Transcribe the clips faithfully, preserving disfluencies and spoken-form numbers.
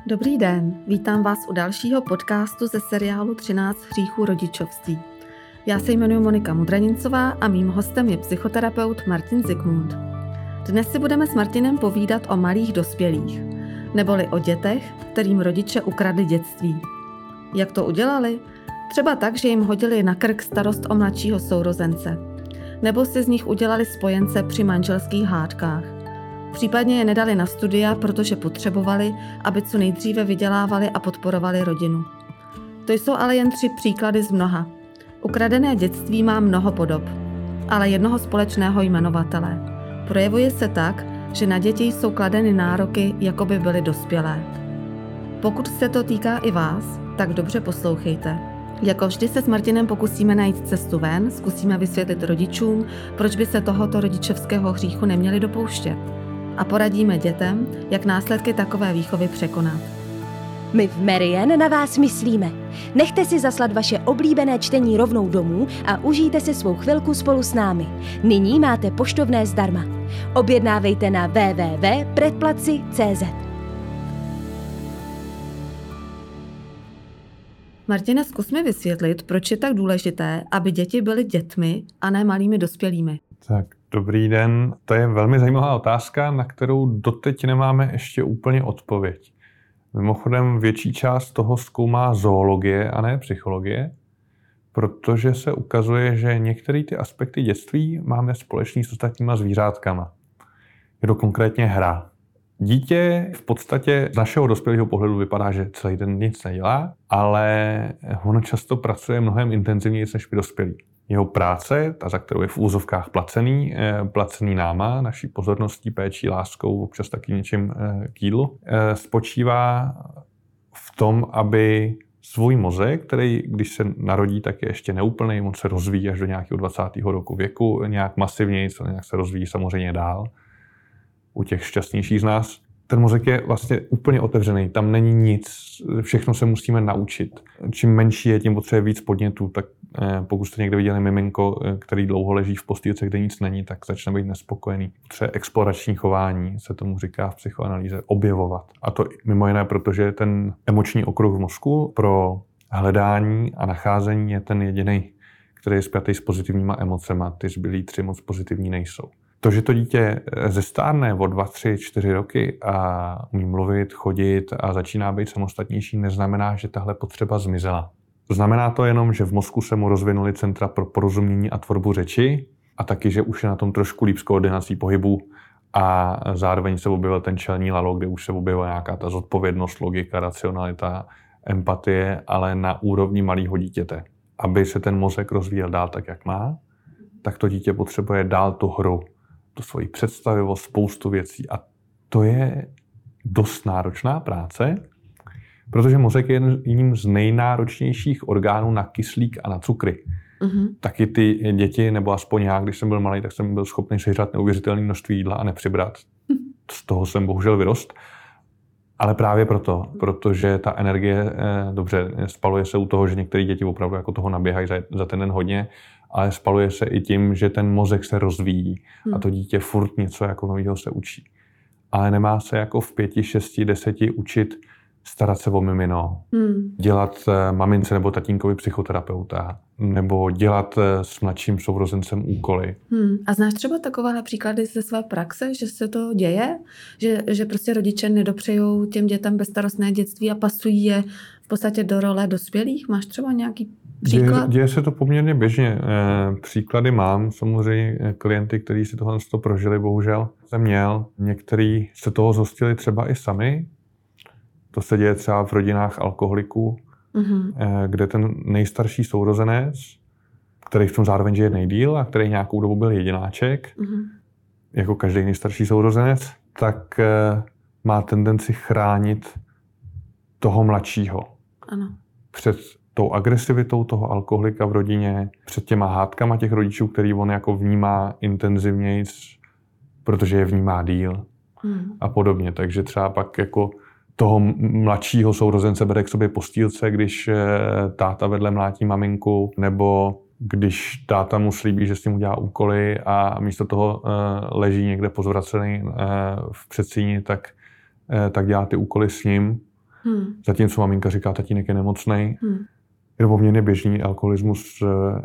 Dobrý den, vítám vás u dalšího podcastu ze seriálu třináct hříchů rodičovství. Já se jmenuji Monika Mudranincová a mým hostem je psychoterapeut Martin Zikmund. Dnes si budeme s Martinem povídat o malých dospělých, neboli o dětech, kterým rodiče ukradli dětství. Jak to udělali? Třeba tak, že jim hodili na krk starost o mladšího sourozence, nebo si z nich udělali spojence při manželských hádkách. Případně je nedali na studia, protože potřebovali, aby co nejdříve vydělávali a podporovali rodinu. To jsou ale jen tři příklady z mnoha. Ukradené dětství má mnoho podob, ale jednoho společného jmenovatele. Projevuje se tak, že na děti jsou kladeny nároky, jako by byly dospělé. Pokud se to týká i vás, tak dobře poslouchejte. Jako vždy se s Martinem pokusíme najít cestu ven, zkusíme vysvětlit rodičům, proč by se tohoto rodičovského hříchu neměli dopouštět. A poradíme dětem, jak následky takové výchovy překonat. My v Merian na vás myslíme. Nechte si zaslat vaše oblíbené čtení rovnou domů a užijte si svou chvilku spolu s námi. Nyní máte poštovné zdarma. Objednávejte na w w w tečka predplaci tečka c z. Martine, zkus mi vysvětlit, proč je tak důležité, aby děti byly dětmi a ne malými dospělými. Tak, dobrý den. To je velmi zajímavá otázka, na kterou doteď nemáme ještě úplně odpověď. Mimochodem větší část toho zkoumá zoologie a ne psychologie, protože se ukazuje, že některé ty aspekty dětství máme společný s ostatníma zvířátkama. Je to konkrétně hra. Dítě v podstatě z našeho dospělého pohledu vypadá, že celý den nic nedělá, ale ono často pracuje mnohem intenzivněji než my dospělí. Jeho práce, ta za kterou je v úzovkách placený, placený náma, naší pozorností, péčí, láskou, občas taky něčím k jídlu, spočívá v tom, aby svůj mozek, který když se narodí, tak je ještě neúplný, on se rozvíjí až do nějakého dvacátého roku věku, nějak masivněji, nějak se rozvíjí samozřejmě dál. U těch šťastnějších z nás. Ten mozek je vlastně úplně otevřený, tam není nic, všechno se musíme naučit. Čím menší je, tím potřebuje víc podnětů, tak pokud jste někde viděli miminko, který dlouho leží v postýlce, kde nic není, tak začne být nespokojený. Třeba explorační chování se tomu říká v psychoanalýze, objevovat. A to mimo jiné, protože ten emoční okruh v mozku pro hledání a nacházení je ten jediný, který je spjatý s pozitivníma emocema. Ty zbylí tři moc pozitivní nejsou. To, že to dítě zestárne o dva, tři, čtyři roky a umí mluvit, chodit a začíná být samostatnější, neznamená, že tahle potřeba zmizela. Znamená to jenom, že v mozku se mu rozvinuly centra pro porozumění a tvorbu řeči a taky, že už je na tom trošku líp s koordinací pohybu a zároveň se objevil ten čelní lalo, kde už se objevila nějaká ta zodpovědnost, logika, racionalita, empatie, ale na úrovni malého dítěte. Aby se ten mozek rozvíjel dál tak, jak má, tak to dítě potřebuje dál tu hru, tu svoji představivost, spoustu věcí. A to je dost náročná práce, protože mozek je jedním z nejnáročnějších orgánů na kyslík a na cukry. Mm-hmm. Taky ty děti, nebo aspoň já, když jsem byl malý, tak jsem byl schopný sežrat neuvěřitelné množství jídla a nepřibrat. Z toho jsem bohužel vyrost. Ale právě proto, protože ta energie, dobře, spaluje se u toho, že některé děti opravdu jako toho naběhají za, za ten den hodně, ale spaluje se i tím, že ten mozek se rozvíjí hmm. a to dítě furt něco jako nového se učí. Ale nemá se jako v pěti, šesti, deseti učit starat se o mimino, hmm. dělat mamince nebo tatínkovi psychoterapeuta, nebo dělat s mladším sourozencem úkoly. Hmm. A znáš třeba takové příklady ze své praxe, že se to děje? Že, že prostě rodiče nedopřejou těm dětem bezstarostné dětství a pasují je v podstatě do role dospělých? Máš třeba nějaký příklad? Děje, děje se to poměrně běžně. Příklady mám, samozřejmě klienty, kteří si tohle prožili, bohužel jsem měl. Někteří se toho zhostili třeba i sami. To se děje třeba v rodinách alkoholiků, mm-hmm. kde ten nejstarší sourozenec, který v tom zároveň žije nejdýl a který nějakou dobu byl jedináček, mm-hmm. jako každý nejstarší sourozenec, tak má tendenci chránit toho mladšího. Ano. Před tou agresivitou toho alkoholika v rodině, před těma hádkama těch rodičů, který on jako vnímá intenzivnějc, protože je vnímá díl mm. a podobně. Takže třeba pak jako toho mladšího sourozence bere k sobě postýlce, když táta vedle mlátí maminku, nebo když táta mu slíbí, že s ním udělá úkoly a místo toho leží někde pozvracený v předsíni, tak, tak dělá ty úkoly s ním. Hmm. Zatímco maminka říká, tatínek je nemocnej. Hmm. Je poměrně běžný alkoholismus.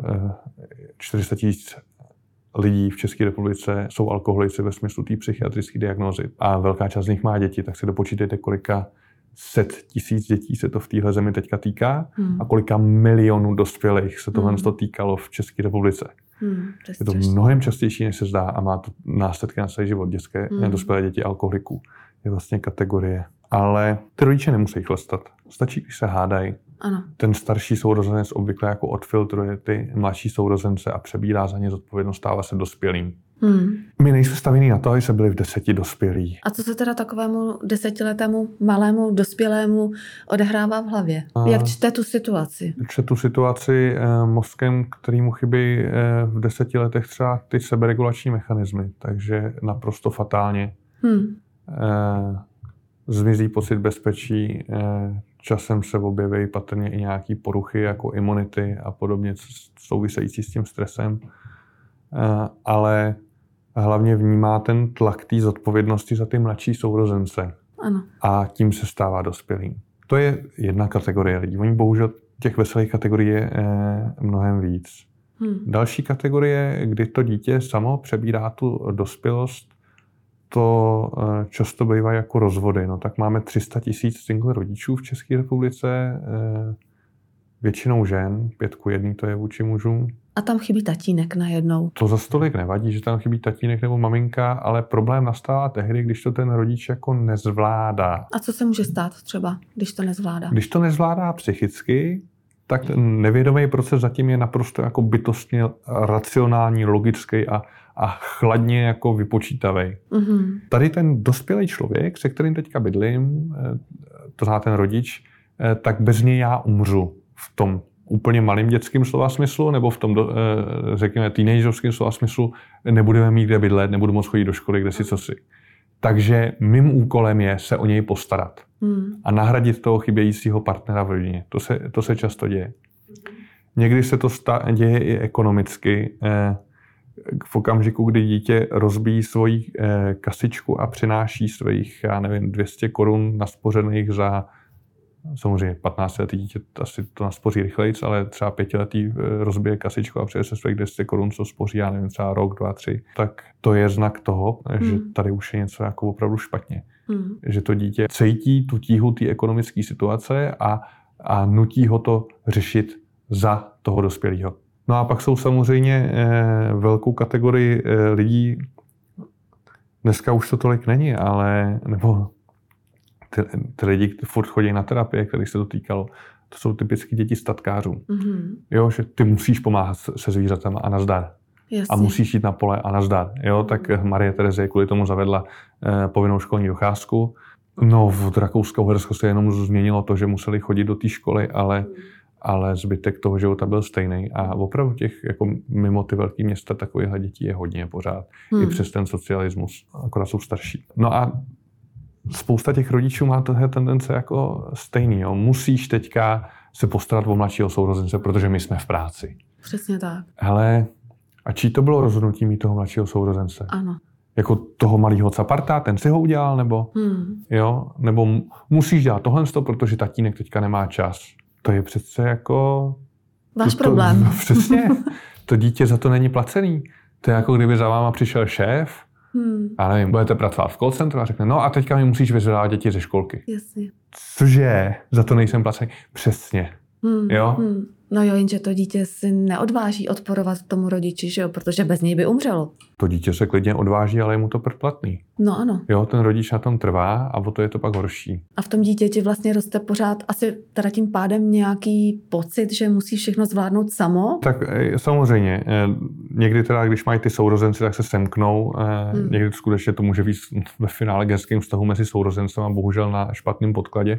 čtyři sta tisíc lidí v České republice jsou alkoholici ve smyslu té psychiatrické diagnózy. A velká část z nich má děti, tak si dopočítejte, kolika set tisíc dětí se to v téhle zemi teďka týká hmm. a kolika milionů dospělých se tohle hmm. týkalo v České republice. Hmm, to je, je to mnohem častější, než se zdá a má to následky na celý život. Dětské, hmm. dospělé děti alkoholiků je vlastně kategorie. Ale ty rodiče nemusí chlastat. Stačí, když se hádají. Ano. Ten starší sourozenec obvykle jako odfiltruje ty mladší sourozence a přebírá za ně zodpovědnost, stává se dospělým. Hmm. My nejsme stavěni na to, aby se byli v deseti dospělí. A co se teda takovému desetiletému malému dospělému odehrává v hlavě? A jak čte tu situaci? Čte tu situaci eh, mozkem, kterýmu chybí eh, v deseti letech třeba ty seberegulační mechanismy, takže naprosto fatálně. Hmm. Eh, zmizí pocit bezpečí, eh, časem se objeví patrně i nějaké poruchy jako imunity a podobně související s tím stresem, eh, ale hlavně vnímá ten tlak té zodpovědnosti za ty mladší sourozence. Ano. A tím se stává dospělým. To je jedna kategorie lidí. Oni bohužel těch veselých kategorií je eh, mnohem víc. Hmm. Další kategorie, kdy to dítě samo přebírá tu dospělost, to eh, často bývá jako rozvody. No, tak máme tři sta tisíc single rodičů v České republice, eh, většinou žen, pět ku jedný to je vůči mužům. A tam chybí tatínek najednou. To za stolik nevadí, že tam chybí tatínek nebo maminka, ale problém nastává tehdy, když to ten rodič jako nezvládá. A co se může stát třeba, když to nezvládá? Když to nezvládá psychicky, tak ten nevědomý proces zatím je naprosto jako bytostně racionální, logický a, a chladně jako vypočítavý. Mm-hmm. Tady ten dospělý člověk, se kterým teďka bydlím, to znamená ten rodič, tak bez něj já umřu v tom úplně malým dětským slova smyslu, nebo v tom, řekněme, teenagerovským slova smyslu, nebudeme mít kde bydlet, nebudu moc chodit do školy, kde si co si. Takže mým úkolem je se o něj postarat hmm. a nahradit toho chybějícího partnera v rodině. To se, to se často děje. Někdy se to sta- děje i ekonomicky. V okamžiku, kdy dítě rozbíjí svoji kasičku a přináší svých, já nevím, dvě stě korun naspořených za samozřejmě patnáctiletý dítě asi to naspoří rychleji, ale třeba pětiletý rozbije kasičku a přijde se svých dvě stě korun, co spoří, já nevím, třeba rok, dva, tři. Tak to je znak toho, hmm. že tady už je něco jako opravdu špatně. Hmm. Že to dítě cítí tu tíhu té ekonomické situace a, a nutí ho to řešit za toho dospělého. No a pak jsou samozřejmě eh, velkou kategorii eh, lidí, dneska už to tolik není, ale nebo Ty, ty lidi, kteří furt chodí na terapie, kterých se to týkalo, to jsou typicky děti statkářů. Mm-hmm. Jo, že ty musíš pomáhat se zvířatama a nazdar. Jasně. A musíš jít na pole a nazdar. Jo, tak Marie Terezie kvůli tomu zavedla eh, povinnou školní docházku. No, v Rakousko-Uhersku se jenom změnilo to, že museli chodit do té školy, ale, mm. ale zbytek toho života byl stejný. A opravdu těch, jako mimo ty velké města, takovýchhle dětí je hodně pořád. Mm. I přes ten socialismus, akorát jsou starší. No a spousta těch rodičů má tohle tendence jako stejný. Jo. Musíš teďka se postarat o mladšího sourozence, protože my jsme v práci. Přesně tak. Hele, a čí to bylo rozhodnutí mít toho mladšího sourozence? Ano. Jako toho malého caparta, ten si ho udělal, nebo? Hmm. Jo? Nebo musíš dělat tohle, protože tatínek teďka nemá čas. To je přece jako... Váš to, problém. To, přesně. To dítě za to není placený. To je jako kdyby za váma přišel šéf, Hmm. a nevím, budete pracovat v call centru a řekne, no a teďka mi musíš vyzvedávat děti ze školky. Jasně. Cože? Za to nejsem placený. Přesně. Hmm. Jo? Hmm. No jo, jenže to dítě si neodváží odporovat tomu rodiči, že jo? Protože bez něj by umřelo. To dítě se klidně odváží, ale je mu to předplatný. No ano. Jo, ten rodič na tom trvá a o to je to pak horší. A v tom dítěti vlastně roste pořád asi teda tím pádem nějaký pocit, že musí všechno zvládnout samo? Tak samozřejmě. Někdy teda, když mají ty sourozenci, tak se semknou. Hmm. Někdy skutečně to může být ve finále genským vztahu mezi sourozencem a bohužel na špatném podkladě.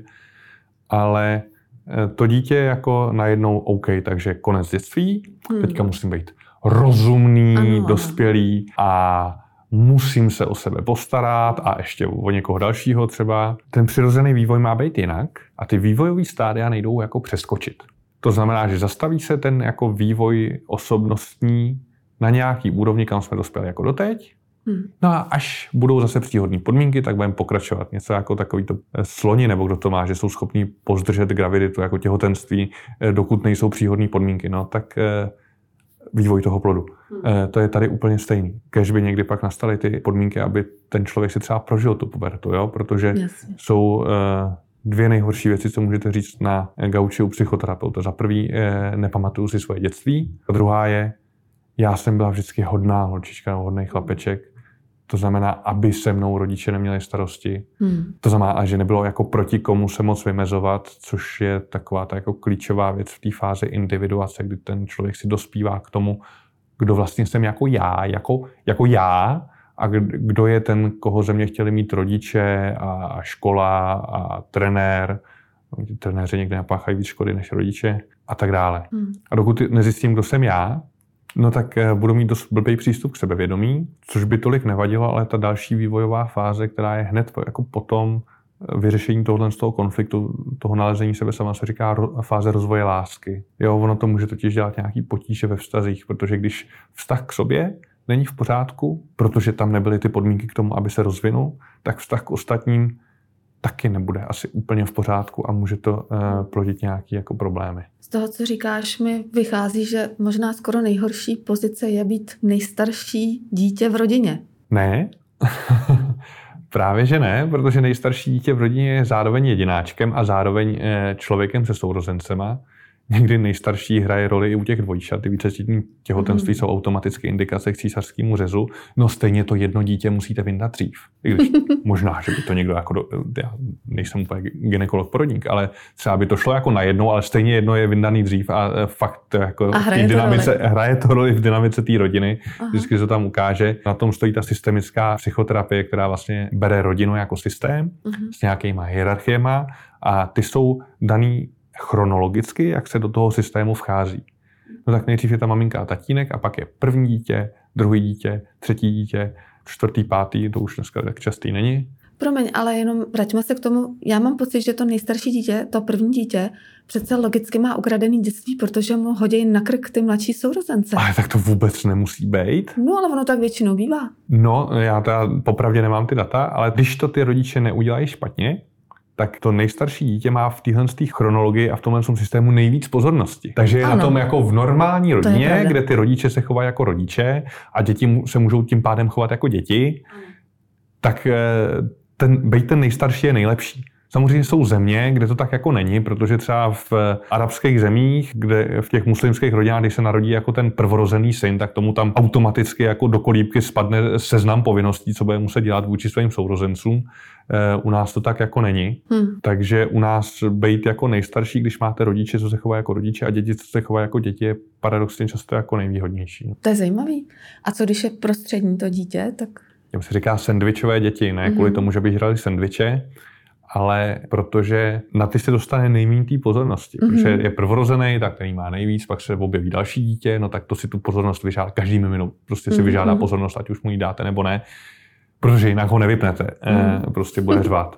Ale to dítě jako najednou OK, takže konec dětství, hmm. teďka musím být rozumný, ano, dospělý a musím se o sebe postarat a ještě o někoho dalšího třeba. Ten přirozený vývoj má být jinak a ty vývojový stádia nejdou jako přeskočit. To znamená, že zastaví se ten jako vývoj osobnostní na nějaký úrovni, kam jsme dospěli jako doteď Hmm. No a až budou zase příhodné podmínky, tak budeme pokračovat. Něco jako takový to sloni, nebo kdo to má, že jsou schopní pozdržet graviditu jako těhotenství, dokud nejsou příhodné podmínky. No tak vývoj toho plodu. Hmm. To je tady úplně stejný. Kéž by někdy pak nastaly ty podmínky, aby ten člověk si třeba prožil tu pubertu, jo? Protože Jasně. jsou dvě nejhorší věci, co můžete říct na gauči u psychoterapeuta. Za prvý, nepamatuju si svoje dětství. A druhá je, já jsem byla vždycky hodná holčička nebo hodný chlapeček. To znamená, aby se mnou rodiče neměli starosti. Hmm. To znamená, že nebylo jako proti komu se moc vymezovat, což je taková ta jako klíčová věc v té fázi individuace, kdy ten člověk si dospívá k tomu, kdo vlastně jsem jako já, jako, jako já, a kdo je ten, koho ze mě chtěli mít rodiče a škola a trenér. Trenéři někde napáchají víc škody než rodiče a tak dále. Hmm. A dokud nezjistím, kdo jsem já, no tak budu mít dost blbý přístup k sebevědomí, což by tolik nevadilo, ale ta další vývojová fáze, která je hned jako potom vyřešení tohohle z toho konfliktu, toho nalezení sebe sama se říká fáze rozvoje lásky. Jo, ono to může totiž dělat nějaký potíže ve vztazích, protože když vztah k sobě není v pořádku, protože tam nebyly ty podmínky k tomu, aby se rozvinul, tak vztah k ostatním taky nebude asi úplně v pořádku a může to uh, plodit nějaké jako problémy. Z toho, co říkáš, mi vychází, že možná skoro nejhorší pozice je být nejstarší dítě v rodině. Ne, právě že ne, protože nejstarší dítě v rodině je zároveň jedináčkem a zároveň člověkem se sourozencema. Někdy nejstarší hraje roli i u těch dvojčat. Ty víceletí těhotenství mm. jsou automaticky indikace k císařskému řezu. No stejně to jedno dítě musíte vyndat dřív. I když možná, že by to někdo jako... Do, já nejsem úplně gynekolog porodník, ale třeba by to šlo jako na jedno, ale stejně jedno je vyndaný dřív a fakt to jako a hraje, to dynamice, hraje to roli v dynamice té rodiny. Aha. Vždycky se to tam ukáže. Na tom stojí ta systemická psychoterapie, která vlastně bere rodinu jako systém uh-huh. s nějakýma hierarchiema a ty jsou daný chronologicky, jak se do toho systému vchází. No tak nejdřív je ta maminka a tatínek a pak je první dítě, druhý dítě, třetí dítě, čtvrtý, pátý, to už dneska tak častý není. Promiň, ale jenom vraťme se k tomu. Já mám pocit, že to nejstarší dítě, to první dítě, přece logicky má ukradený dětství, protože mu hodí na krk ty mladší sourozence. Ale tak to vůbec nemusí být. No, ale ono tak většinou bývá. No, já teda popravdě nemám ty data, ale když to ty rodiče neudělají špatně, tak to nejstarší dítě má v téhle chronologii a v tomhle systému nejvíc pozornosti. Takže je ano. na tom jako v normální rodině, kde ty rodiče se chovají jako rodiče a děti se můžou tím pádem chovat jako děti, ano. tak ten, být ten nejstarší je nejlepší. Samozřejmě jsou země, kde to tak jako není, protože třeba v arabských zemích, kde v těch muslimských rodinách, když se narodí jako ten prvorozený syn, tak tomu tam automaticky jako do kolíbky spadne seznam povinností, co bude muset dělat vůči svým sourozencům. U nás to tak jako není. Hmm. Takže u nás být jako nejstarší, když máte rodiče, co se chovají jako rodiče a děti, co se chovají jako děti, je paradoxně často jako nejvýhodnější. To je zajímavý. A co když je prostřední to dítě, tak... Těm se říká sendvičové děti, ne kvůli hmm. tomu, že by hrali sendviče, ale protože na ty se dostane nejméně té pozornosti. Mm-hmm. Protože je prvorozený, tak ten má nejvíc, pak se objeví další dítě, no tak to si tu pozornost vyžádá každý minut. Prostě si mm-hmm. vyžádá pozornost, ať už mu ji dáte nebo ne, protože jinak ho nevypnete. Mm. Prostě bude řvát.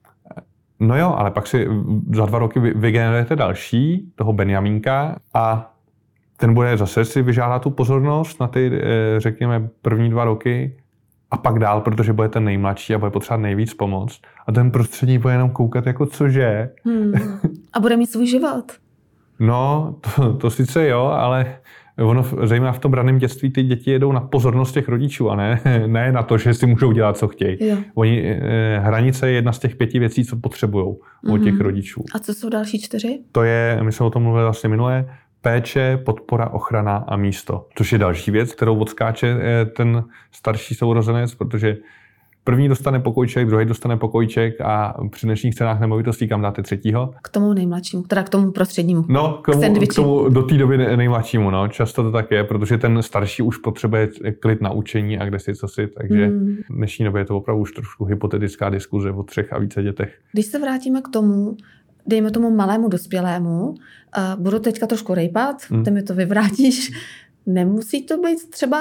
No jo, ale pak si za dva roky vygenerujete další, toho Benjamínka, a ten bude zase si vyžádá tu pozornost na ty, řekněme, první dva roky, a pak dál, protože bude ten nejmladší a bude potřebovat nejvíc pomoct. A ten prostřední bude jenom koukat jako cože. Hmm. A bude mít svůj život. No, to, to sice jo, ale ono, zejména v tom raném dětství, ty děti jedou na pozornost těch rodičů a ne, ne na to, že si můžou dělat, co chtějí. Jo. Oni, eh, hranice je jedna z těch pěti věcí, co potřebujou mm-hmm. od těch rodičů. A co jsou další čtyři? To je, my jsme o tom mluvili vlastně minule, péče, podpora, ochrana a místo. Což je další věc, kterou odskáče ten starší sourozenec, protože první dostane pokojček, druhý dostane pokojček a při dnešních cenách nemovitostí kam dáte třetího? K tomu nejmladšímu, teda k tomu prostřednímu. No, k tomu, k tomu do té doby nejmladšímu, no. Často to tak je, protože ten starší už potřebuje klid na učení a kde si co si, takže hmm. v dnešní době je to opravdu už trošku hypotetická diskuze o třech a více dětech. Když se vrátíme k tomu, dejme tomu malému dospělému, uh, budu teďka trošku rejpat, hmm. ty mi to vyvrátíš, nemusí to být třeba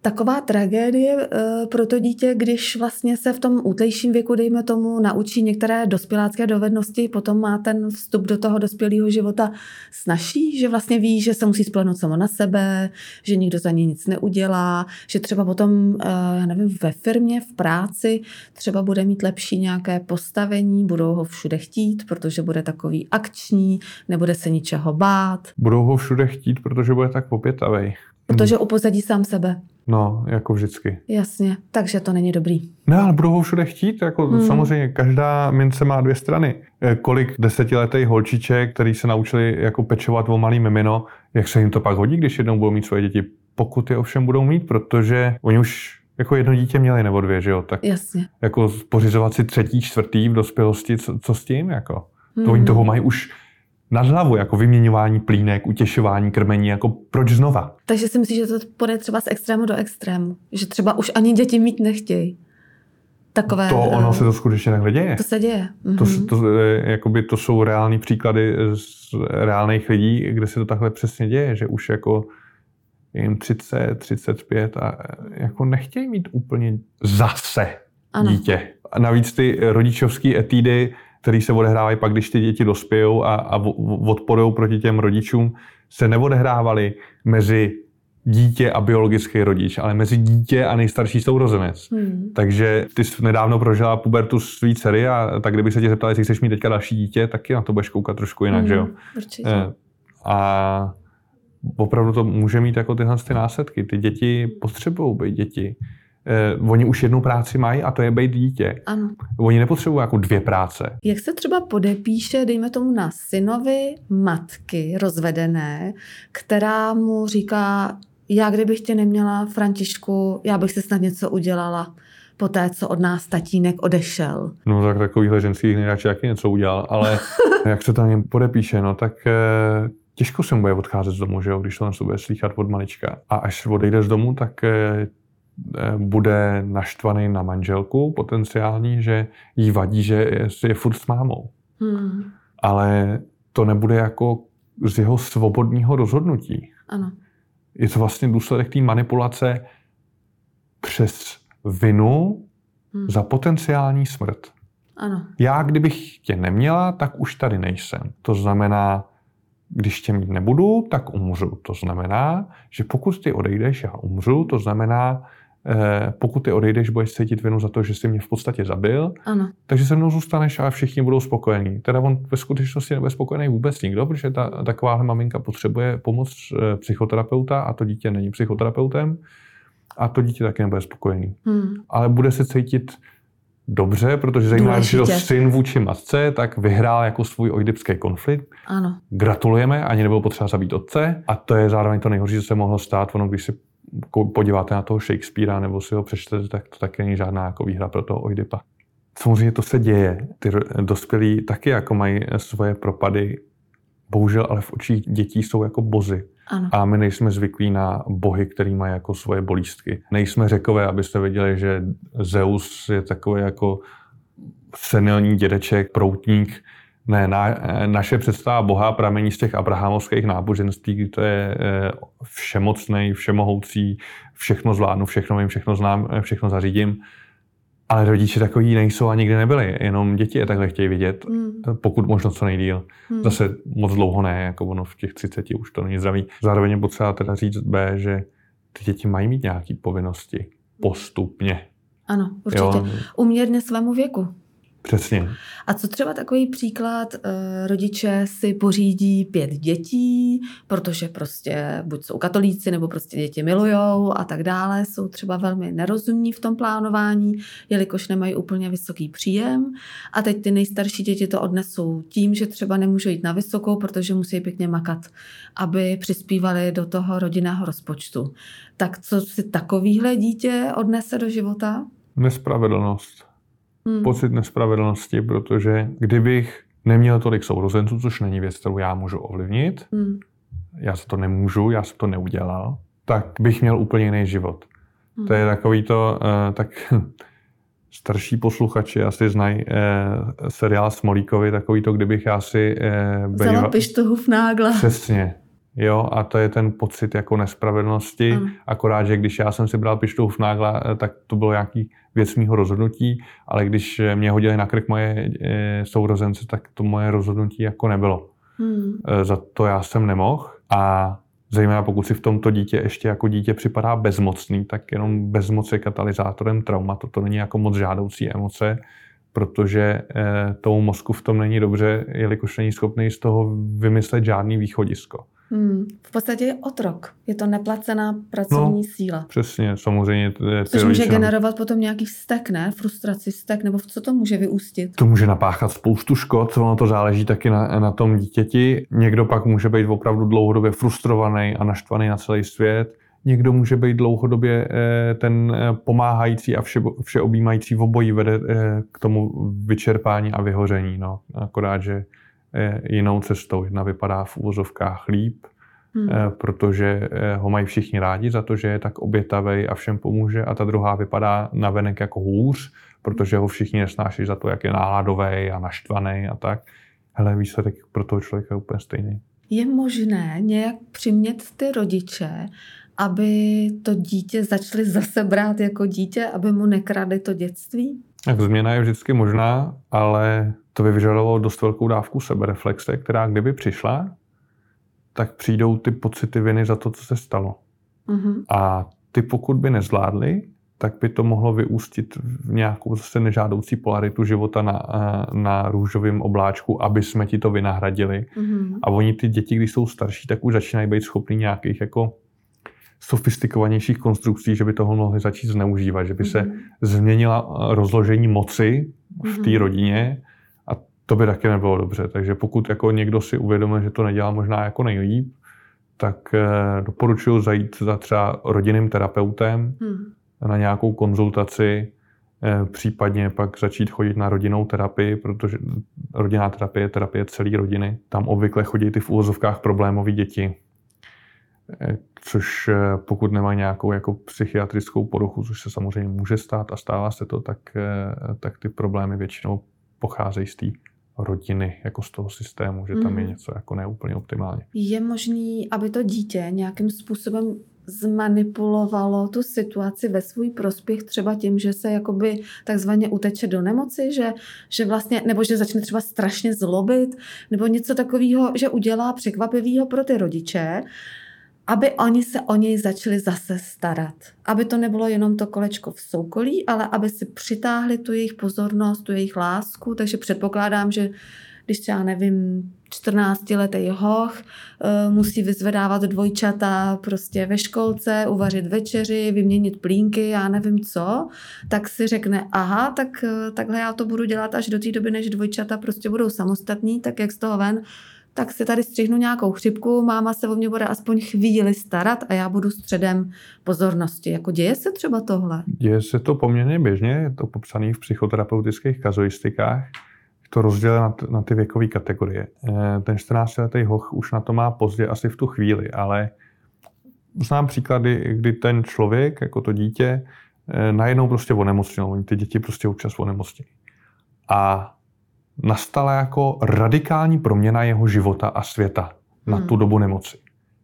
taková tragédie uh, pro to dítě, když vlastně se v tom útlejším věku, dejme tomu, naučí některé dospělácké dovednosti, potom má ten vstup do toho dospělého života snazší, že vlastně ví, že se musí spolehnout samo na sebe, že nikdo za něj nic neudělá, že třeba potom, uh, já nevím, ve firmě, v práci třeba bude mít lepší nějaké postavení, budou ho všude chtít, protože bude takový akční, nebude se ničeho bát. Budou ho všude chtít, protože bude tak popětavej. Protože upozadí sám sebe. No, jako vždycky. Jasně, takže to není dobrý. No, ale budou ho všude chtít, jako hmm. samozřejmě každá mince má dvě strany. Kolik desetiletých holčiček, který se naučili jako pečovat o malý mimino, jak se jim to pak hodí, když jednou budou mít svoje děti, pokud je ovšem budou mít, protože oni už jako jedno dítě měli nebo dvě, že jo? Tak jasně. Jako pořizovat si třetí, čtvrtý v dospělosti, co, co s tím, jako? Hmm. To oni toho mají už nad hlavu, jako vyměňování plínek, utěšování, krmení, jako proč znova? Takže si myslíš, že to půjde třeba z extrému do extrému? Že třeba už ani děti mít nechtějí? Takové, to ono se to skutečně takhle děje. To se děje. Mhm. To, to, jakoby to jsou reální příklady z reálných lidí, kde se to takhle přesně děje, že už jako jim třicet, třicet pět a jako nechtějí mít úplně zase ano. dítě. A navíc ty rodičovské etídy, které se odehrávají pak, když ty děti dospějou a, a odporují proti těm rodičům, se neodehrávaly mezi dítě a biologický rodič, ale mezi dítě a nejstarší sourozenec. Hmm. Takže ty jsi nedávno prožila pubertu svý dcery a tak kdyby se tě zeptali, jestli chceš mít teďka další dítě, taky na to budeš koukat trošku jinak, hmm, že jo? Určitě. A opravdu to může mít jako tyhle ty následky. Ty děti potřebují být děti. Eh, oni už jednu práci mají a to je být dítě. Ano. Oni nepotřebují jako dvě práce. Jak se třeba podepíše, dejme tomu na synovi matky rozvedené, která mu říká, já kdybych tě neměla, Františku, já bych si snad něco udělala po té, co od nás tatínek odešel. No tak takovýhle ženský nejradši taky něco udělal, ale jak se tam podepíše, no tak eh, těžko se mu bude odcházet z domu, že jo, když to na to bude slýchat od malička. A až odejde z domu, tak eh, bude naštvaný na manželku potenciální, že jí vadí, že je, je furt s mámou. Hmm. Ale to nebude jako z jeho svobodného rozhodnutí. Ano. Je to vlastně důsledek té manipulace přes vinu hmm. za potenciální smrt. Ano. Já, kdybych tě neměla, tak už tady nejsem. To znamená, když tě mít nebudu, tak umřu. To znamená, že pokud ty odejdeš, já umřu. To znamená, eh, pokud ty odejdeš, budeš cítit vinu za to, že jsi mě v podstatě zabil. Ano. Takže se mnou zůstaneš a všichni budou spokojení. Teda on ve skutečnosti nebude spokojený vůbec nikdo, protože ta, takováhle maminka potřebuje pomoc eh, psychoterapeuta a to dítě není psychoterapeutem a to dítě taky nebude spokojený. Hmm. Ale bude se cítit dobře, protože zajímavé, že to syn vůči matce, tak vyhrál jako svůj oidipský konflikt. Ano. Gratulujeme, ani nebylo potřeba zabít otce. A to je zároveň to nejhorší, co se mohlo stát. Ono, když si podíváte na toho Shakespearea nebo si ho přečtete, tak to taky není žádná jako výhra pro toho Oidipa. Samozřejmě to se děje. Ty dospělí taky jako mají svoje propady. Bohužel, ale v očích dětí jsou jako bozy. Ano. A my nejsme zvyklí na bohy, který mají jako svoje bolístky. Nejsme Řekové, abyste věděli, že Zeus je takový jako senilní dědeček, proutník. Ne, na, naše představa Boha pramení z těch abrahamovských náboženství, to je všemocnej, všemohoucí, všechno zvládnu, všechno vím, všechno znám, všechno zařídím. Ale rodiče takový nejsou a nikdy nebyli, jenom děti je takhle chtějí vidět, hmm. pokud možno co nejdýl. Hmm. Zase moc dlouho ne, jako ono v těch třiceti už to není zdravý. Zároveň je potřeba teda říct B, že ty děti mají mít nějaké povinnosti postupně. Ano, určitě. Jo? Uměrně svému věku. Přesně. A co třeba takový příklad, rodiče si pořídí pět dětí, protože prostě buď jsou katolíci, nebo prostě děti milujou a tak dále, jsou třeba velmi nerozumní v tom plánování, jelikož nemají úplně vysoký příjem a teď ty nejstarší děti to odnesou tím, že třeba nemůžou jít na vysokou, protože musí pěkně makat, aby přispívali do toho rodinného rozpočtu. Tak co si takovýhle dítě odnese do života? Nespravedlnost. Hmm. Pocit nespravedlnosti, protože kdybych neměl tolik sourozenců, což není věc, kterou já můžu ovlivnit, hmm. já se to nemůžu, já jsem to neudělal, tak bych měl úplně jiný život. Hmm. To je takový to, uh, tak starší posluchači asi znají uh, seriál Smolíkovi, takový to, kdybych já si... Uh, Vzala pištohu v nágle. Přesně. Jo, a to je ten pocit jako nespravedlnosti, ano. Akorát, že když já jsem si bral pištolf nágla, tak to bylo nějaký věc mýho rozhodnutí, ale když mě hodili na krk moje sourozence, tak to moje rozhodnutí jako nebylo. Hmm. Za to já jsem nemohl a zejména pokud si v tomto dítě ještě jako dítě připadá bezmocný, tak jenom bezmoc je katalyzátorem traumatu. To není jako moc žádoucí emoce, protože eh, tomu mozku v tom není dobře, jelikož není schopný z toho vymyslet žádný východisko. Hmm. V podstatě je otrok. Je to neplacená pracovní no, síla. Přesně, samozřejmě. Ty Což může generovat potom nějaký vztek, ne? Frustraci, vztek, nebo v co to může vyústit? To může napáchat spoustu škod, ono to záleží taky na, na tom dítěti. Někdo pak může být opravdu dlouhodobě frustrovaný a naštvaný na celý svět. Někdo může být dlouhodobě ten pomáhající a vše, všeobjímající, v obojí vede k tomu vyčerpání a vyhoření. No. Akorát, že jinou cestou. Jedna vypadá v uvozovkách líp, hmm. protože ho mají všichni rádi za to, že je tak obětavej a všem pomůže, a ta druhá vypadá navenek jako hůř, protože ho všichni nesnáší za to, jak je náladovej a naštvaný a tak. Hele, výsledek pro toho člověka je úplně stejný. Je možné nějak přimět ty rodiče, aby to dítě začali zase brát jako dítě, aby mu nekradli to dětství? Tak změna je vždycky možná, ale to by vyžadovalo dost velkou dávku sebereflexe, která kdyby přišla, tak přijdou ty pocity viny za to, co se stalo. Mm-hmm. A ty pokud by nezvládli, tak by to mohlo vyústit v nějakou zase nežádoucí polaritu života na, na růžovém obláčku, aby jsme ti to vynahradili. Mm-hmm. A oni ty děti, když jsou starší, tak už začínají být schopní nějakých jako sofistikovanějších konstrukcí, že by toho mohli začít zneužívat, že by mm-hmm. se změnila rozložení moci v té mm-hmm. rodině a to by taky nebylo dobře. Takže pokud jako někdo si uvědomil, že to nedělá možná jako nejlíp, tak eh, doporučuji zajít za třeba rodinným terapeutem mm. na nějakou konzultaci, eh, případně pak začít chodit na rodinnou terapii, protože rodinná terapie je terapie celé rodiny. Tam obvykle chodí ty v úvozovkách problémové děti. Což pokud nemá nějakou jako psychiatrickou poruchu, což se samozřejmě může stát a stává se to, tak, tak ty problémy většinou pocházejí z té rodiny, jako z toho systému, že tam mm. je něco jako neúplně optimálně. Je možný, aby to dítě nějakým způsobem zmanipulovalo tu situaci ve svůj prospěch, třeba tím, že se jakoby takzvaně uteče do nemoci, že, že vlastně, nebo že začne třeba strašně zlobit, nebo něco takového, že udělá překvapivého pro ty rodiče, aby oni se o něj začali zase starat. Aby to nebylo jenom to kolečko v soukolí, ale aby si přitáhli tu jejich pozornost, tu jejich lásku. Takže předpokládám, že když třeba, nevím, čtrnáctiletý hoch uh, musí vyzvedávat dvojčata prostě ve školce, uvařit večeři, vyměnit plínky, já nevím co, tak si řekne, aha, tak uh, takhle já to budu dělat až do té doby, než dvojčata prostě budou samostatní, tak jak z toho ven, tak si tady střihnu nějakou chřipku, máma se o mě bude aspoň chvíli starat a já budu středem pozornosti. Jako děje se třeba tohle? Děje se to poměrně běžně, je to popsané v psychoterapeutických kazuistikách. To rozděluje na, t- na ty věkové kategorie. Ten čtrnáctiletý hoch už na to má pozdě asi v tu chvíli, ale znám příklady, kdy ten člověk, jako to dítě, najednou prostě onemocněl. Oni ty děti prostě občas onemocnějí. A nastala jako radikální proměna jeho života a světa na hmm. tu dobu nemoci.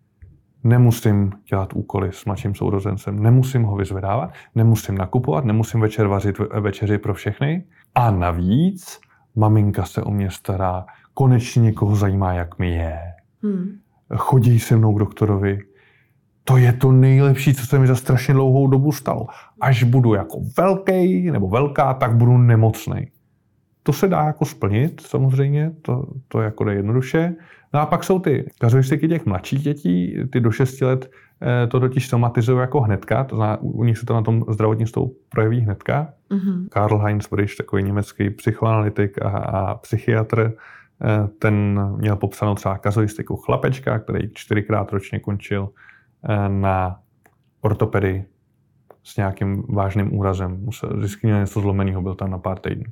Nemusím dělat úkoly s mladším sourozencem, nemusím ho vyzvedávat, nemusím nakupovat, nemusím večer vařit večeři pro všechny. A navíc maminka se o mě stará, konečně někoho zajímá, jak mi je. Hmm. Chodí se mnou k doktorovi. To je to nejlepší, co se mi za strašně dlouhou dobu stalo. Až budu jako velký nebo velká, tak budu nemocnej. To se dá jako splnit, samozřejmě, to, to jako jde jednoduše. No a pak jsou ty kazuistiky těch mladších dětí, ty do šesti let to totiž somatizují jako hnedka, to znamená, u nich se to na tom zdravotnictví projeví hnedka. Mm-hmm. Karl Heinz Frisch, takový německý psychoanalytik a, a psychiatr, ten měl popsanou třeba kazuistiku chlapečka, který čtyřikrát ročně končil na ortopedii s nějakým vážným úrazem. Musel, vždycky měl něco zlomeného, byl tam na pár týdnů.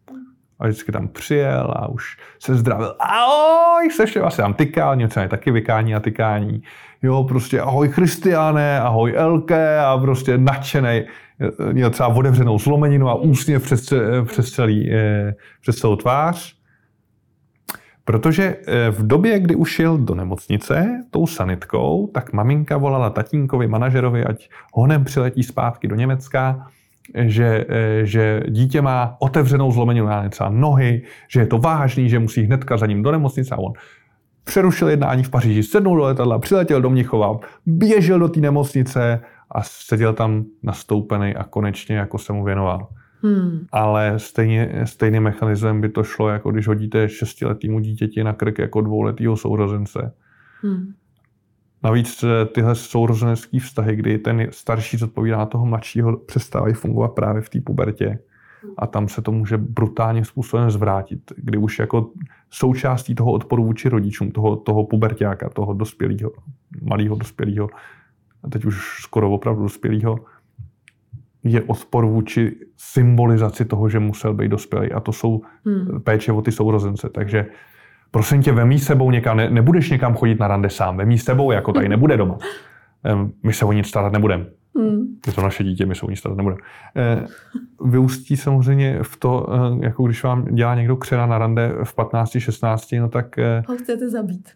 A vždycky tam přijel a už se zdravil. Ahoj, se všem asi tam tykal, něco je taky vykání a tykání. Jo, prostě ahoj Christiane, ahoj Elke a prostě nadšenej. Měl třeba otevřenou zlomeninu a úsměv přes, přes, celý, přes celou tvář. Protože v době, kdy už šel do nemocnice tou sanitkou, tak maminka volala tatínkovi, manažerovi, ať honem přiletí zpátky do Německa, že, že dítě má otevřenou zlomeninu rány, třeba nohy, že je to vážný, že musí hnedka za ním do nemocnice a on přerušil jednání v Paříži, sednul do letadla, přiletěl do Mnichova, běžel do té nemocnice a seděl tam nastoupený a konečně jako se mu věnoval. Hmm. Ale stejně, stejným mechanismem by to šlo, jako když hodíte šestiletýmu dítěti na krk jako dvouletýho sourozence. Hmm. Navíc tyhle sourozenecké vztahy, kdy ten starší zodpovídá na toho mladšího, přestávají fungovat právě v té pubertě. A tam se to může brutálním způsobem zvrátit, kdy už jako součástí toho odporu vůči rodičům, toho, toho puberťáka, toho dospělého, malého dospělého, a teď už skoro opravdu dospělého, je odpor vůči symbolizaci toho, že musel být dospělý. A to jsou hmm. péče o ty sourozence. Takže prosím tě, vemí sebou někam, ne, nebudeš někam chodit na rande sám, vemí sebou, jako tady nebude doma. My se o nic starat nebudeme. Hmm. Je to naše dítě, my se o nic starat nebudeme. Vyústí samozřejmě v to, jako když vám dělá někdo křena na rande v patnácti, šestnácti, no tak... Ho chcete zabít.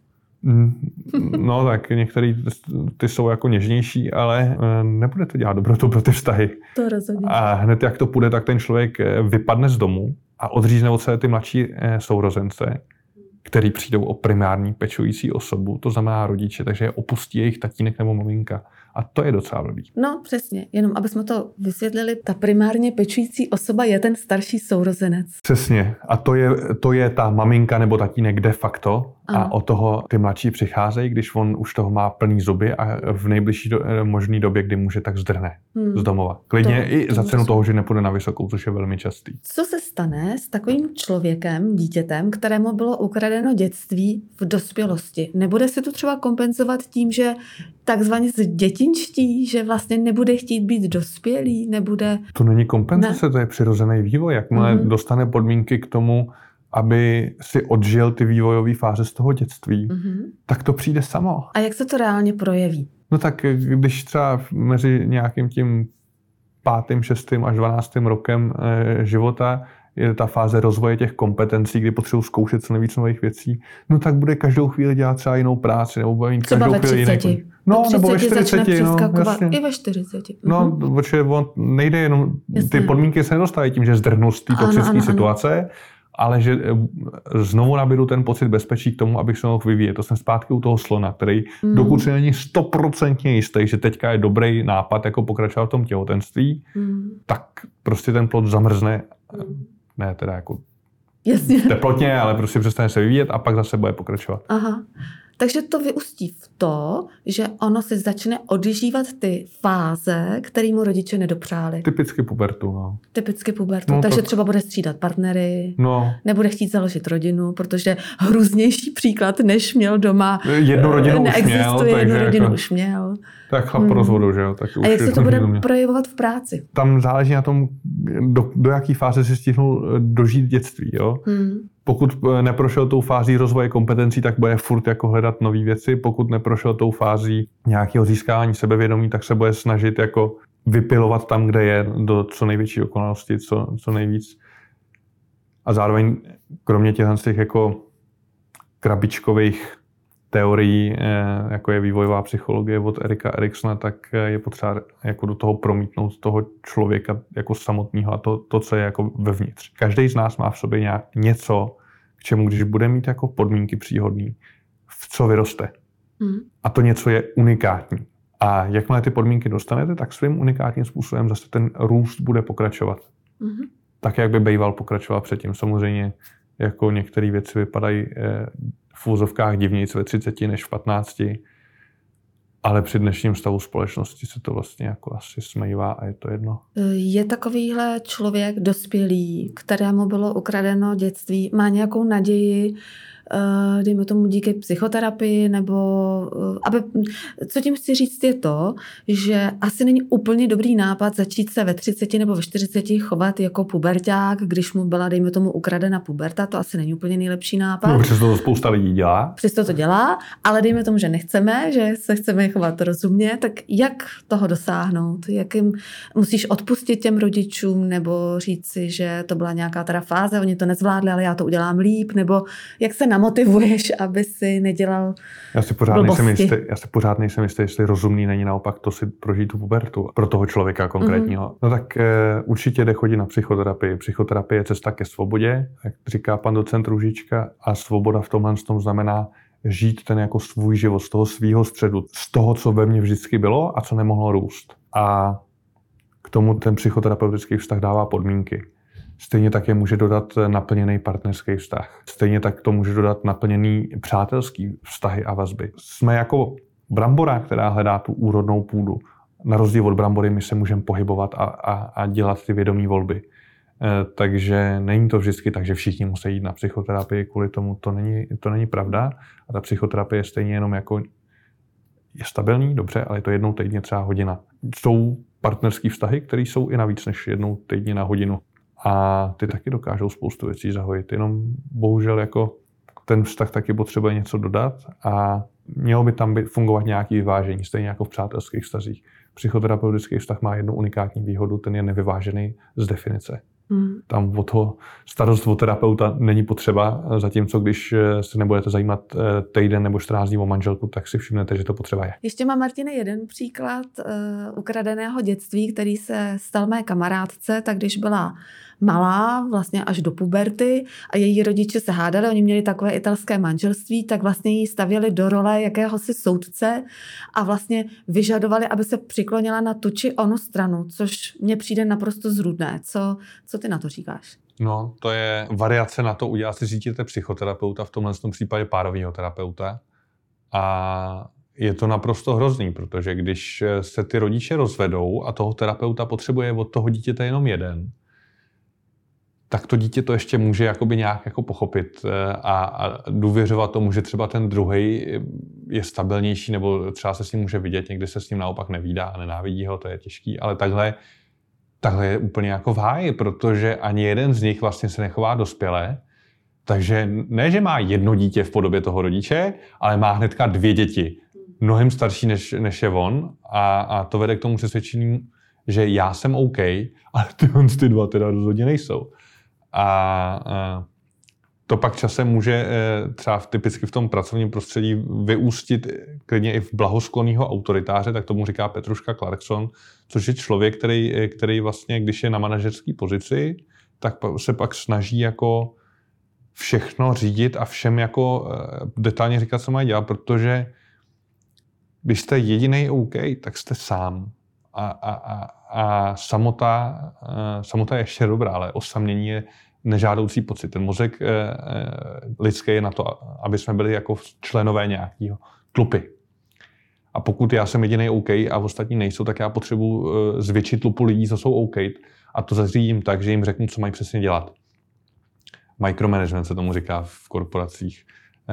No tak některý ty jsou jako něžnější, ale nebude to dělat dobrotu pro ty vztahy. To rozhodně. A hned jak to půjde, tak ten člověk vypadne z domu a odřízne od sebe ty mladší sourozence, který přijdou o primární pečující osobu, to znamená rodiče, takže opustí jejich tatínek nebo maminka. A to je docela blbý. No přesně, jenom aby jsme to vysvětlili, ta primárně pečující osoba je ten starší sourozenec. Přesně. A to je, to je ta maminka nebo tatínek de facto. Ano. A o toho ty mladší přicházejí, když on už toho má plný zuby a v nejbližší do, možný době, kdy může, tak zdrhne hmm. z domova. Klidně to, i to za cenu toho, že nepůjde na vysokou, což je velmi častý. Co se stane s takovým člověkem, dítětem, kterému bylo ukradeno dětství v dospělosti? Nebude si to třeba kompenzovat tím, že takzvaně zdětinští, že vlastně nebude chtít být dospělý, nebude... To není kompenzace, ne. To je přirozený vývoj. Jakmile mm-hmm. dostane podmínky k tomu, aby si odžil ty vývojové fáze z toho dětství, mm-hmm. tak to přijde samo. A jak se to reálně projeví? No tak když třeba mezi nějakým tím pátým, šestým až dvanáctým rokem e, života je ta fáze rozvoje těch kompetencí, kdy potřebuji zkoušet co nejvíc nových věcí, no tak bude každou chvíli dělat třeba jinou práci, nebo bude mít třeba každou ve chvíli jiný... No, nebo ve čtyřiceti, no, jasně. I ve čtyřiceti. No, protože on nejde jenom, jasně. Ty podmínky se nedostaví tím, že zdrhnu z té toxické situace, ano. Ale že znovu nabídu ten pocit bezpečí k tomu, abych se mohl vyvíjet. To jsem zpátky u toho slona, který mm. dokud si není stoprocentně jistý, že teďka je dobrý nápad jako pokračovat v tom těhotenství, mm. tak prostě ten plod zamrzne, ne teda jako jasně. teplotně, ale prostě přestane se vyvíjet a pak zase bude pokračovat. Aha. Takže to vyústí v to, že ono si začne odžívat ty fáze, které mu rodiče nedopřáli. Typicky pubertu, no. Typicky pubertu. No, takže tak... třeba bude střídat partnery, no. Nebude chtít založit rodinu, protože hrůznější příklad, než měl doma, jednu rodinu neexistuje, už měl, jednu rodinu jako... už měl. Tak chlap po rozvodu, že jo? Tak a jak se to bude projevovat v práci? Tam záleží na tom, do, do jaký fáze si stihnul dožít dětství, jo? Hmm. Pokud neprošel tou fází rozvoje kompetencí, tak bude furt jako hledat nové věci. Pokud neprošel tou fází nějakého získávání sebevědomí, tak se bude snažit jako vypilovat tam, kde je, do co největší dokonalosti, co, co nejvíc. A zároveň, kromě těch jako krabičkových teorií, jako je vývojová psychologie od Erika Eriksona, tak je potřeba jako do toho promítnout toho člověka jako samotného a to, to, co je jako vevnitř. Každý z nás má v sobě nějak něco, k čemu, když bude mít jako podmínky příhodný, v co vyroste. Mm. A to něco je unikátní. A jakmile ty podmínky dostanete, tak svým unikátním způsobem zase ten růst bude pokračovat. Mm. Tak, jak by býval pokračoval předtím. Samozřejmě jako některé věci vypadají v úzovkách divnějc ve třiceti než v patnácti, ale při dnešním stavu společnosti se to vlastně jako asi smejvá a je to jedno. Je takovýhle člověk dospělý, kterému bylo ukradeno dětství, má nějakou naději, dejme tomu díky psychoterapii, nebo aby, co tím chci říct je to, že asi není úplně dobrý nápad začít se ve třiceti nebo ve čtyřiceti chovat jako puberťák, když mu byla, dejme tomu, ukradena puberta, to asi není úplně nejlepší nápad. No, přesto to spousta lidí dělá. Přesto to dělá, ale dejme tomu, že nechceme, že se chceme chovat rozumně, tak jak toho dosáhnout? Jakým musíš odpustit těm rodičům, nebo říct si, že to byla nějaká teda fáze, oni to nezvládli, ale já to udělám líp, nebo jak se namotivuješ, aby si nedělal já si pořád nejsem jistý, Já si pořád nejsem jistý, jestli rozumný není naopak to si prožít tu pubertu pro toho člověka konkrétního. Mm-hmm. No tak e, určitě jde chodit na psychoterapii. Psychoterapie je cesta ke svobodě, jak říká pan docent Růžička, a svoboda v tomhle tom znamená žít ten jako svůj život z toho svýho středu, z toho, co ve mně vždycky bylo a co nemohlo růst. A k tomu ten psychoterapeutický vztah dává podmínky. Stejně tak je může dodat naplněný partnerský vztah. Stejně tak to může dodat naplněný přátelský vztahy a vazby. Jsme jako brambora, která hledá tu úrodnou půdu. Na rozdíl od brambory my se můžeme pohybovat a, a, a dělat ty vědomí volby. E, takže není to vždycky tak, že všichni musí jít na psychoterapii kvůli tomu. To není, to není pravda. A ta psychoterapie je stejně jenom jako je stabilní, dobře, ale je to jednou týdně třeba hodina. Jsou partnerský vztahy, které jsou i navíc než jednou týdně na hodinu. A ty taky dokážou spoustu věcí zahojit. Jenom bohužel jako ten vztah taky potřebuje něco dodat a mělo by tam být, fungovat nějaké vyvážení, stejně jako v přátelských vztazích. Psychoterapeutický vztah má jednu unikátní výhodu, ten je nevyvážený z definice. Hmm. Tam o toho starost o terapeuta není potřeba, zatímco když se nebudete zajímat týden nebo čtrnáct dní o manželku, tak si všimnete, že to potřeba je. Ještě mám, Martine, jeden příklad uh, ukradeného dětství, který se stal mé kamarádce, tak když byla malá, vlastně až do puberty a její rodiče se hádali, oni měli takové italské manželství, tak vlastně jí stavěli do role jakéhosi soudce a vlastně vyžadovali, aby se přiklonila na tu či onu stranu, což mně přijde naprosto zrůdné. Co, co ty na to říkáš? No, to je variace na to udělat si řídíte psychoterapeuta, v tomhle případě párovýho terapeuta. A je to naprosto hrozný, protože když se ty rodiče rozvedou a toho terapeuta potřebuje od toho dítěte jenom jeden, tak to dítě to ještě může jakoby nějak jako pochopit a, a důvěřovat tomu, že třeba ten druhej je stabilnější nebo třeba se s ním může vidět, někdy se s ním naopak nevídá a nenávidí ho, to je těžký, ale takhle, takhle je úplně jako v háji, protože ani jeden z nich vlastně se nechová dospěle, takže ne, že má jedno dítě v podobě toho rodiče, ale má hnedka dvě děti, mnohem starší než, než je on a, a to vede k tomu přesvědčení, že já jsem OK, ale tyhle ty dva teda rozhodně nejsou. A, a to pak časem může třeba typicky v tom pracovním prostředí vyústit klidně i v blahosklonného autoritáře, tak tomu říká Petruška Clarkson, což je člověk, který, který vlastně, když je na manažerské pozici, tak se pak snaží jako všechno řídit a všem jako detailně říkat, co mají dělat, protože když jste jedinej OK, tak jste sám. A, a, a, a samota, a samota je ještě dobrá, ale osamění je nežádoucí pocit. Ten mozek e, e, lidský je na to, aby jsme byli jako členové nějakého tlupy. A pokud já jsem jedinej OK a ostatní nejsou, tak já potřebuji e, zvětšit tlupu lidí, co jsou OK. A to zařídím tak, že jim řeknu, co mají přesně dělat. Micromanagement se tomu říká v korporacích.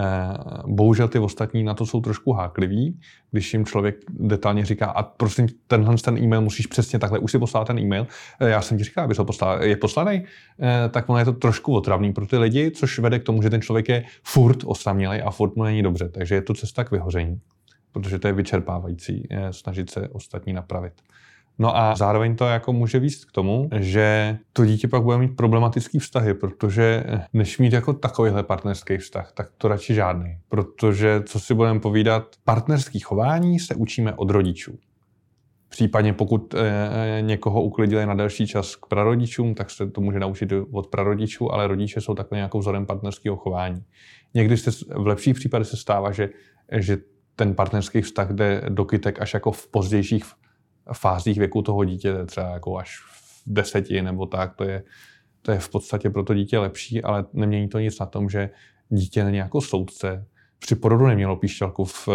Bohužel ty ostatní na to jsou trošku hákliví, když jim člověk detailně říká a prosím, tenhle ten e-mail musíš přesně takhle, už si poslal ten e-mail, já jsem ti říkal, abys ho poslal, je poslanej, tak ono je to trošku otravný pro ty lidi, což vede k tomu, že ten člověk je furt osamělej a furt mu není dobře, takže je to cesta k vyhoření, protože to je vyčerpávající snažit se ostatní napravit. No a zároveň to jako může vést k tomu, že to dítě pak bude mít problematický vztahy, protože než mít jako takovýhle partnerský vztah, tak to radši žádný. Protože, co si budeme povídat, partnerský chování se učíme od rodičů. Případně pokud e, někoho uklidili na delší čas k prarodičům, tak se to může naučit od prarodičů, ale rodiče jsou takhle nějakou vzorem partnerského chování. Někdy se, v lepších případech se stává, že, že ten partnerský vztah jde do kytek až jako v pozdějších fázích věku toho dítěte, třeba jako až v deseti nebo tak, to je, to je v podstatě pro to dítě lepší, ale nemění to nic na tom, že dítě není jako soudce. Při porodu nemělo píšťalku v uh,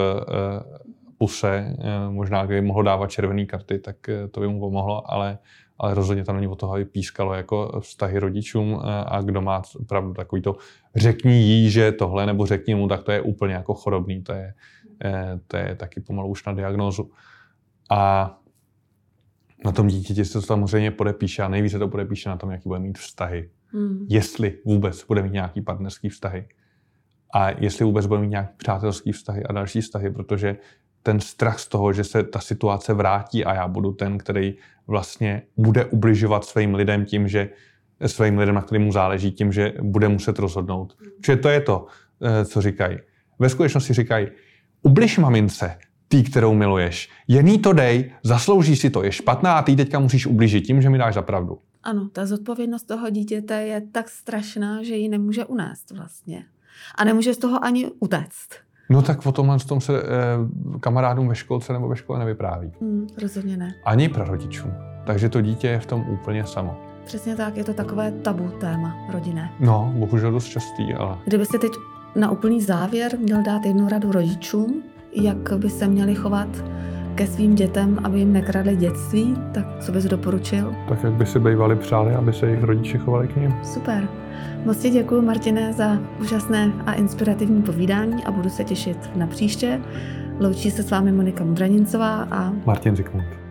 puse, uh, možná kdyby mohlo dávat červené karty, tak uh, to by mu pomohlo, ale, ale rozhodně tam není o toho, aby pískalo jako vztahy rodičům uh, a kdo má opravdu takový to řekni jí, že tohle, nebo řekni mu, tak to je úplně jako chorobný, to je, uh, to je taky pomalu už na diagnózu. A na tom dítěti se to samozřejmě podepíše a nejvíce to podepíše na tom, jaký bude mít vztahy. Hmm. Jestli vůbec bude mít nějaký partnerský vztahy. A jestli vůbec bude mít nějaký přátelský vztahy a další vztahy, protože ten strach z toho, že se ta situace vrátí a já budu ten, který vlastně bude ubližovat svým lidem tím, že svým lidem, na kterým mu záleží, tím, že bude muset rozhodnout. Hmm. Protože to je to. co říkají. Ve skutečnosti říkají, ubliž mamince, tý, kterou miluješ. Jen jí to dej, zaslouží si to, je špatná a ty teďka musíš ublížit tím, že mi dáš za pravdu. Ano, ta zodpovědnost toho dítěte je tak strašná, že ji nemůže unést vlastně. A nemůže z toho ani utéct. No tak o tomhle tom se eh, kamarádům ve školce nebo ve škole nevypráví. Hmm, rozhodně ne. Ani prarodičům. Takže to dítě je v tom úplně samo. Přesně tak, je to takové tabu téma rodinné. No, bohužel dost častý, ale... Kdybyste teď na úplný závěr měl dát jednu radu rodičům, jak by se měli chovat ke svým dětem, aby jim nekradli dětství, tak co bys doporučil? Tak jak by si bývali přáli, aby se jejich rodiče chovali k nim. Super. Moc ti děkuji, Martine, za úžasné a inspirativní povídání a budu se těšit na příště. Loučí se s vámi Monika Mudranincová a Martin Zikmund.